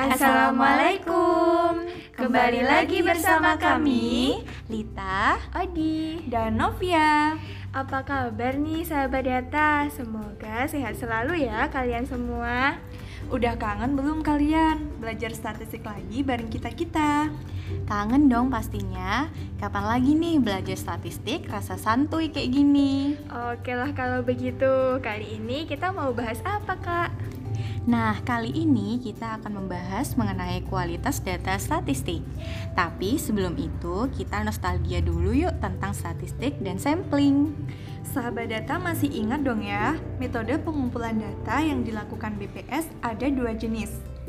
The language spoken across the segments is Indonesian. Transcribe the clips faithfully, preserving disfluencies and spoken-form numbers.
Assalamualaikum. Kembali lagi bersama kami, Lita, Odi, dan Novia. Apa kabar nih sahabat data? Semoga sehat selalu ya kalian semua. Udah kangen belum kalian belajar statistik lagi bareng kita-kita? Kangen dong pastinya. Kapan lagi nih belajar statistik rasa santuy kayak gini? Oke lah kalau begitu. Kali ini kita mau bahas apa, Kak? Nah, kali ini kita akan membahas mengenai kualitas data statistik. Tapi sebelum itu, kita nostalgia dulu yuk tentang statistik dan sampling. Sahabat data masih ingat dong ya, metode pengumpulan data yang dilakukan B P S ada dua jenis,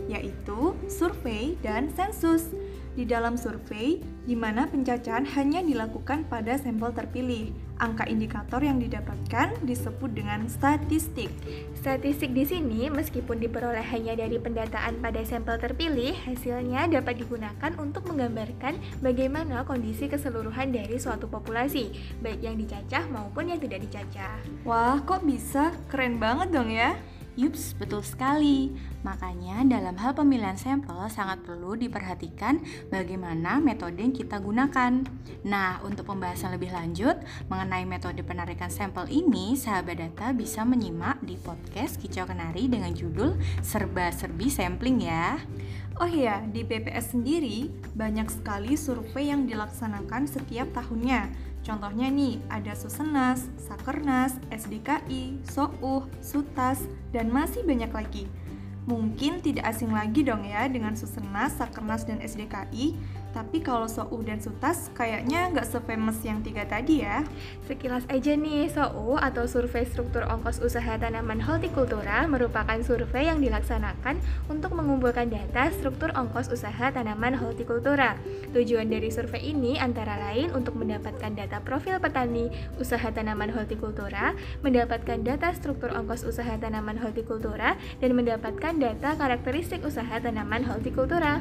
yaitu survei dan sensus. Di dalam survei, di mana pencacahan hanya dilakukan pada sampel terpilih, angka indikator yang didapatkan disebut dengan statistik. Statistik di sini meskipun diperoleh hanya dari pendataan pada sampel terpilih, hasilnya dapat digunakan untuk menggambarkan bagaimana kondisi keseluruhan dari suatu populasi, baik yang dicacah maupun yang tidak dicacah. Wah, kok bisa? Keren banget dong ya? Yups, betul sekali. Makanya dalam hal pemilihan sampel sangat perlu diperhatikan bagaimana metode yang kita gunakan. Nah, untuk pembahasan lebih lanjut mengenai metode penarikan sampel ini, sahabat data bisa menyimak di podcast Kicau Kenari dengan judul Serba-serbi Sampling ya. Oh iya, di B P S sendiri banyak sekali survei yang dilaksanakan setiap tahunnya. Contohnya nih, ada Susenas, Sakernas, S D K I, Souh, Sutas, dan masih banyak lagi. Mungkin tidak asing lagi dong ya dengan Susenas, Sakernas, dan S D K I. Tapi kalau Souh dan Sutas kayaknya nggak se-famous yang tiga tadi ya. Sekilas aja nih, Souh atau Survei Struktur Ongkos Usaha Tanaman Hortikultura merupakan survei yang dilaksanakan untuk mengumpulkan data struktur ongkos usaha tanaman hortikultura. Tujuan dari survei ini antara lain untuk mendapatkan data profil petani usaha tanaman hortikultura, mendapatkan data struktur ongkos usaha tanaman hortikultura, dan mendapatkan data karakteristik usaha tanaman hortikultura.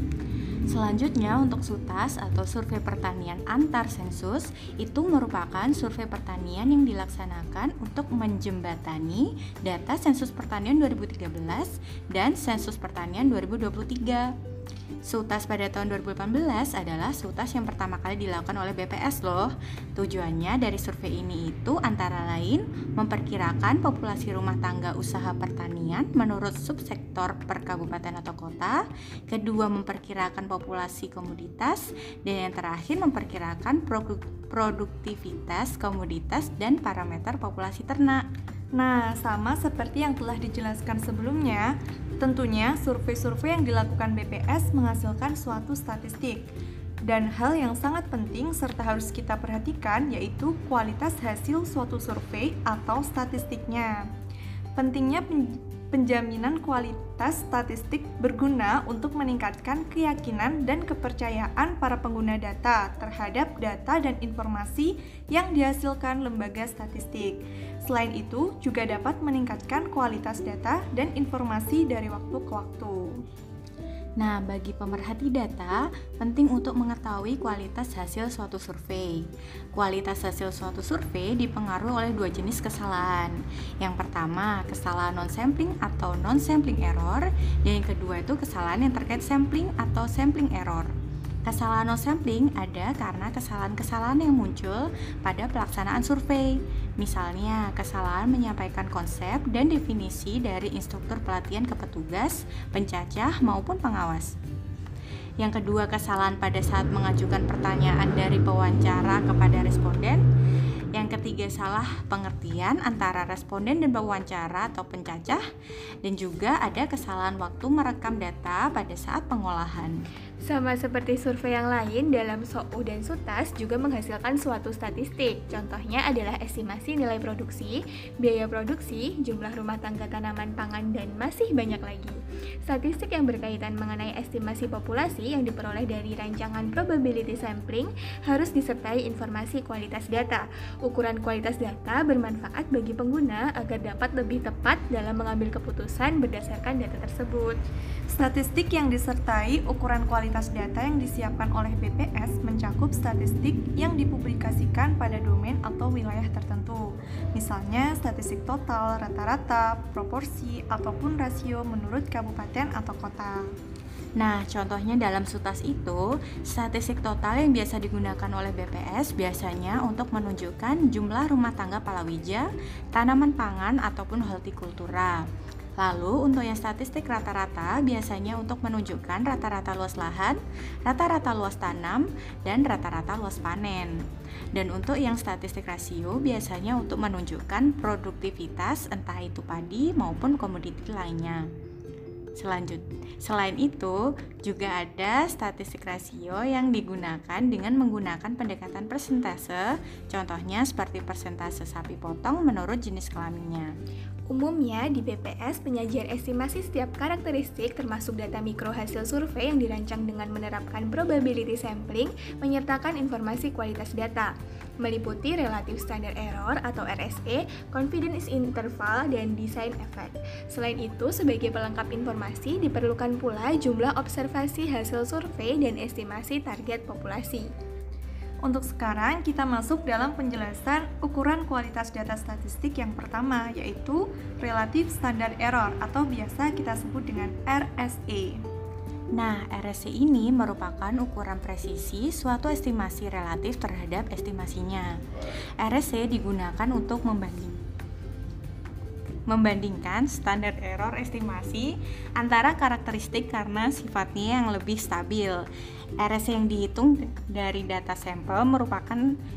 Selanjutnya untuk SUTAS atau Survei Pertanian Antar Sensus, itu merupakan survei pertanian yang dilaksanakan untuk menjembatani data sensus pertanian dua ribu tiga belas dan sensus pertanian dua ribu dua puluh tiga. SUTAS pada tahun dua ribu delapan belas adalah SUTAS yang pertama kali dilakukan oleh B P S loh. Tujuannya dari survei ini itu antara lain memperkirakan populasi rumah tangga usaha pertanian menurut subsektor per kabupaten atau kota, kedua memperkirakan populasi komoditas, dan yang terakhir memperkirakan produktivitas komoditas dan parameter populasi ternak. Nah, sama seperti yang telah dijelaskan sebelumnya, tentunya survei-survei yang dilakukan B P S menghasilkan suatu statistik. Dan hal yang sangat penting serta harus kita perhatikan yaitu kualitas hasil suatu survei atau statistiknya. Pentingnya pen- penjaminan kualitas statistik berguna untuk meningkatkan keyakinan dan kepercayaan para pengguna data terhadap data dan informasi yang dihasilkan lembaga statistik. Selain itu, juga dapat meningkatkan kualitas data dan informasi dari waktu ke waktu. Nah, bagi pemerhati data, penting untuk mengetahui kualitas hasil suatu survei. Kualitas hasil suatu survei dipengaruhi oleh dua jenis kesalahan. Yang pertama, kesalahan non-sampling atau non-sampling error, dan yang kedua itu kesalahan yang terkait sampling atau sampling error. Kesalahan non-sampling ada karena kesalahan-kesalahan yang muncul pada pelaksanaan survei. Misalnya, kesalahan menyampaikan konsep dan definisi dari instruktur pelatihan ke petugas, pencacah, maupun pengawas. Yang kedua, kesalahan pada saat mengajukan pertanyaan dari pewawancara kepada responden. Yang ketiga, salah pengertian antara responden dan pewawancara atau pencacah. Dan juga ada kesalahan waktu merekam data pada saat pengolahan. Sama seperti survei yang lain, dalam Souh dan SUTAS juga menghasilkan suatu statistik. Contohnya adalah estimasi nilai produksi, biaya produksi, jumlah rumah tangga tanaman pangan, dan masih banyak lagi. Statistik yang berkaitan mengenai estimasi populasi yang diperoleh dari rancangan probability sampling harus disertai informasi kualitas data. Ukuran kualitas data bermanfaat bagi pengguna agar dapat lebih tepat dalam mengambil keputusan berdasarkan data tersebut. Statistik yang disertai ukuran kualitas data yang disiapkan oleh B P S mencakup statistik yang dipublikasikan pada domain atau wilayah tertentu. Misalnya statistik total, rata-rata, proporsi, ataupun rasio menurut kabupaten atau kota. Nah, contohnya dalam SUTAS itu, statistik total yang biasa digunakan oleh B P S biasanya untuk menunjukkan jumlah rumah tangga palawija, tanaman pangan, ataupun hortikultura. Lalu, untuk yang statistik rata-rata biasanya untuk menunjukkan rata-rata luas lahan, rata-rata luas tanam, dan rata-rata luas panen. Dan untuk yang statistik rasio biasanya untuk menunjukkan produktivitas entah itu padi maupun komoditi lainnya. Selanjut, selain itu, juga ada statistik rasio yang digunakan dengan menggunakan pendekatan persentase, contohnya seperti persentase sapi potong menurut jenis kelaminnya. Umumnya di B P S, penyajian estimasi setiap karakteristik termasuk data mikro hasil survei yang dirancang dengan menerapkan probability sampling menyertakan informasi kualitas data, meliputi relative standard error atau R S E, confidence interval, dan design effect. Selain itu, sebagai pelengkap informasi diperlukan pula jumlah observasi hasil survei dan estimasi target populasi. Untuk sekarang, kita masuk dalam penjelasan ukuran kualitas data statistik yang pertama, yaitu Relative Standard Error atau biasa kita sebut dengan R S E. Nah, R S E ini merupakan ukuran presisi suatu estimasi relatif terhadap estimasinya. R S E digunakan untuk membanding membandingkan standar error estimasi antara karakteristik karena sifatnya yang lebih stabil. R S E yang dihitung dari data sampel merupakan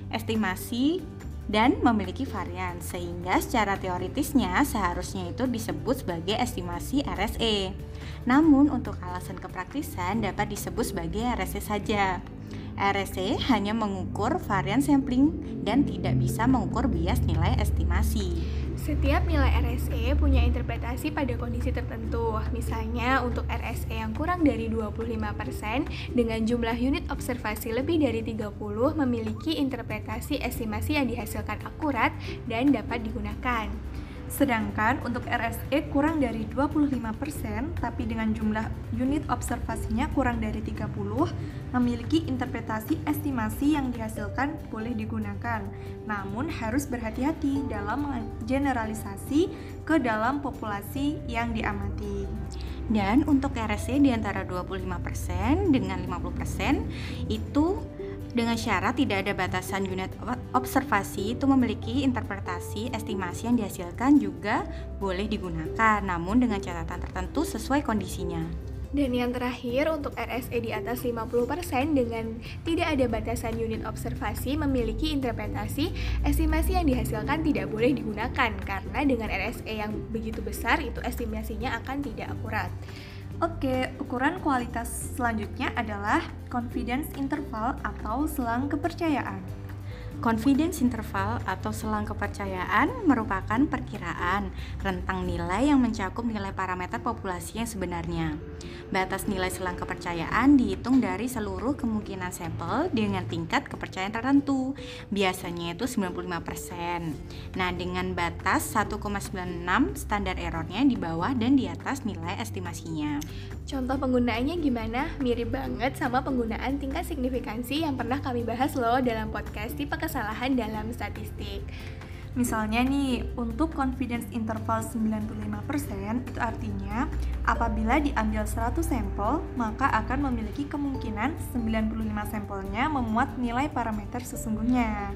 estimasi dan memiliki varian, sehingga secara teoritisnya seharusnya itu disebut sebagai estimasi R S E. Namun untuk alasan kepraktisan dapat disebut sebagai R S E saja. R S E hanya mengukur varian sampling dan tidak bisa mengukur bias nilai estimasi. Setiap nilai R S E punya interpretasi pada kondisi tertentu. Misalnya untuk R S E yang kurang dari dua puluh lima persen dengan jumlah unit observasi lebih dari tiga puluh memiliki interpretasi estimasi yang dihasilkan akurat dan dapat digunakan. Sedangkan untuk R S E kurang dari dua puluh lima persen tapi dengan jumlah unit observasinya kurang dari tiga puluh memiliki interpretasi estimasi yang dihasilkan boleh digunakan. Namun harus berhati-hati dalam generalisasi ke dalam populasi yang diamati. Dan untuk R S E di antara dua puluh lima persen dengan lima puluh persen itu dengan syarat tidak ada batasan unit observasi itu memiliki interpretasi estimasi yang dihasilkan juga boleh digunakan, namun dengan catatan tertentu sesuai kondisinya. Dan yang terakhir untuk R S E di atas lima puluh persen dengan tidak ada batasan unit observasi memiliki interpretasi estimasi yang dihasilkan tidak boleh digunakan karena dengan R S E yang begitu besar itu estimasinya akan tidak akurat. Oke, ukuran kualitas selanjutnya adalah confidence interval atau selang kepercayaan. Confidence interval atau selang kepercayaan merupakan perkiraan rentang nilai yang mencakup nilai parameter populasi yang sebenarnya. Batas nilai selang kepercayaan dihitung dari seluruh kemungkinan sampel dengan tingkat kepercayaan tertentu, biasanya itu sembilan puluh lima persen. Nah, dengan batas satu koma sembilan enam standar errornya di bawah dan di atas nilai estimasinya. Contoh penggunaannya gimana? Mirip banget sama penggunaan tingkat signifikansi yang pernah kami bahas loh dalam podcast tipe kesalahan dalam statistik. Misalnya nih, untuk confidence interval sembilan puluh lima persen itu artinya apabila diambil seratus sampel, maka akan memiliki kemungkinan sembilan puluh lima sampelnya memuat nilai parameter sesungguhnya.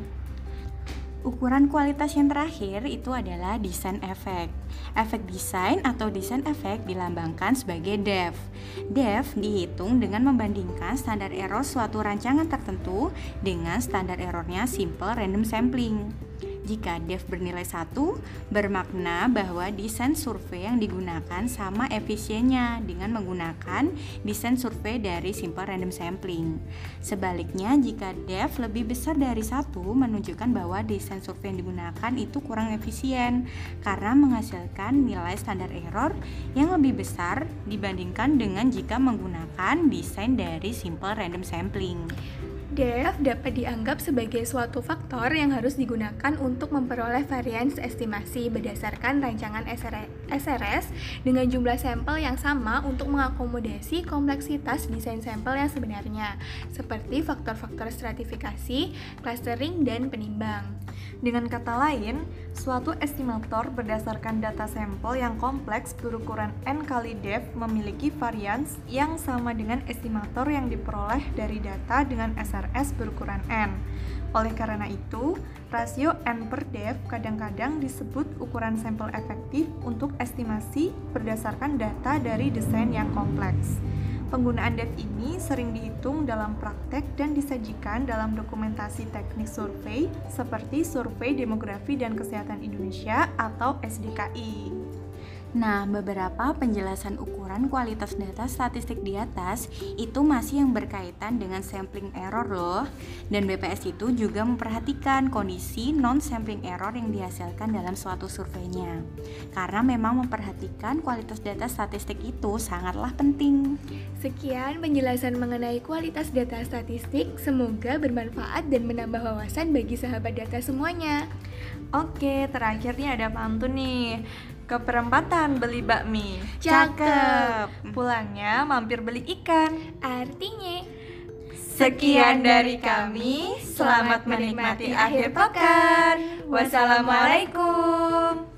Ukuran kualitas yang terakhir itu adalah design effect. Efek desain atau design effect dilambangkan sebagai D E F. D E F dihitung dengan membandingkan standar error suatu rancangan tertentu dengan standar errornya simple random sampling. Jika D E F bernilai satu, bermakna bahwa desain survei yang digunakan sama efisiennya dengan menggunakan desain survei dari simple random sampling. Sebaliknya, jika D E F lebih besar dari satu, menunjukkan bahwa desain survei yang digunakan itu kurang efisien karena menghasilkan nilai standar error yang lebih besar dibandingkan dengan jika menggunakan desain dari simple random sampling. D E F dapat dianggap sebagai suatu faktor yang harus digunakan untuk memperoleh varians estimasi berdasarkan rancangan S R S dengan jumlah sampel yang sama untuk mengakomodasi kompleksitas desain sampel yang sebenarnya, seperti faktor-faktor stratifikasi, clustering, dan penimbang. Dengan kata lain, suatu estimator berdasarkan data sampel yang kompleks berukuran N kali depth memiliki varians yang sama dengan estimator yang diperoleh dari data dengan S R S berukuran N. Oleh karena itu, rasio N per depth kadang-kadang disebut ukuran sampel efektif untuk estimasi berdasarkan data dari desain yang kompleks. Penggunaan depth ini sering dihitung dalam praktek dan disajikan dalam dokumentasi teknik survei seperti Survei Demografi dan Kesehatan Indonesia atau S D K I. Nah, beberapa penjelasan ukuran kualitas data statistik di atas itu masih yang berkaitan dengan sampling error loh. Dan B P S itu juga memperhatikan kondisi non-sampling error yang dihasilkan dalam suatu surveinya. Karena memang memperhatikan kualitas data statistik itu sangatlah penting. Sekian penjelasan mengenai kualitas data statistik, semoga bermanfaat dan menambah wawasan bagi sahabat data semuanya. Oke, terakhir nih ada pantun nih. Ke perempatan beli bakmi, Cakep. Pulangnya mampir beli ikan. Artinya, Sekian dari kami, selamat menikmati akhir pekan. Wassalamualaikum.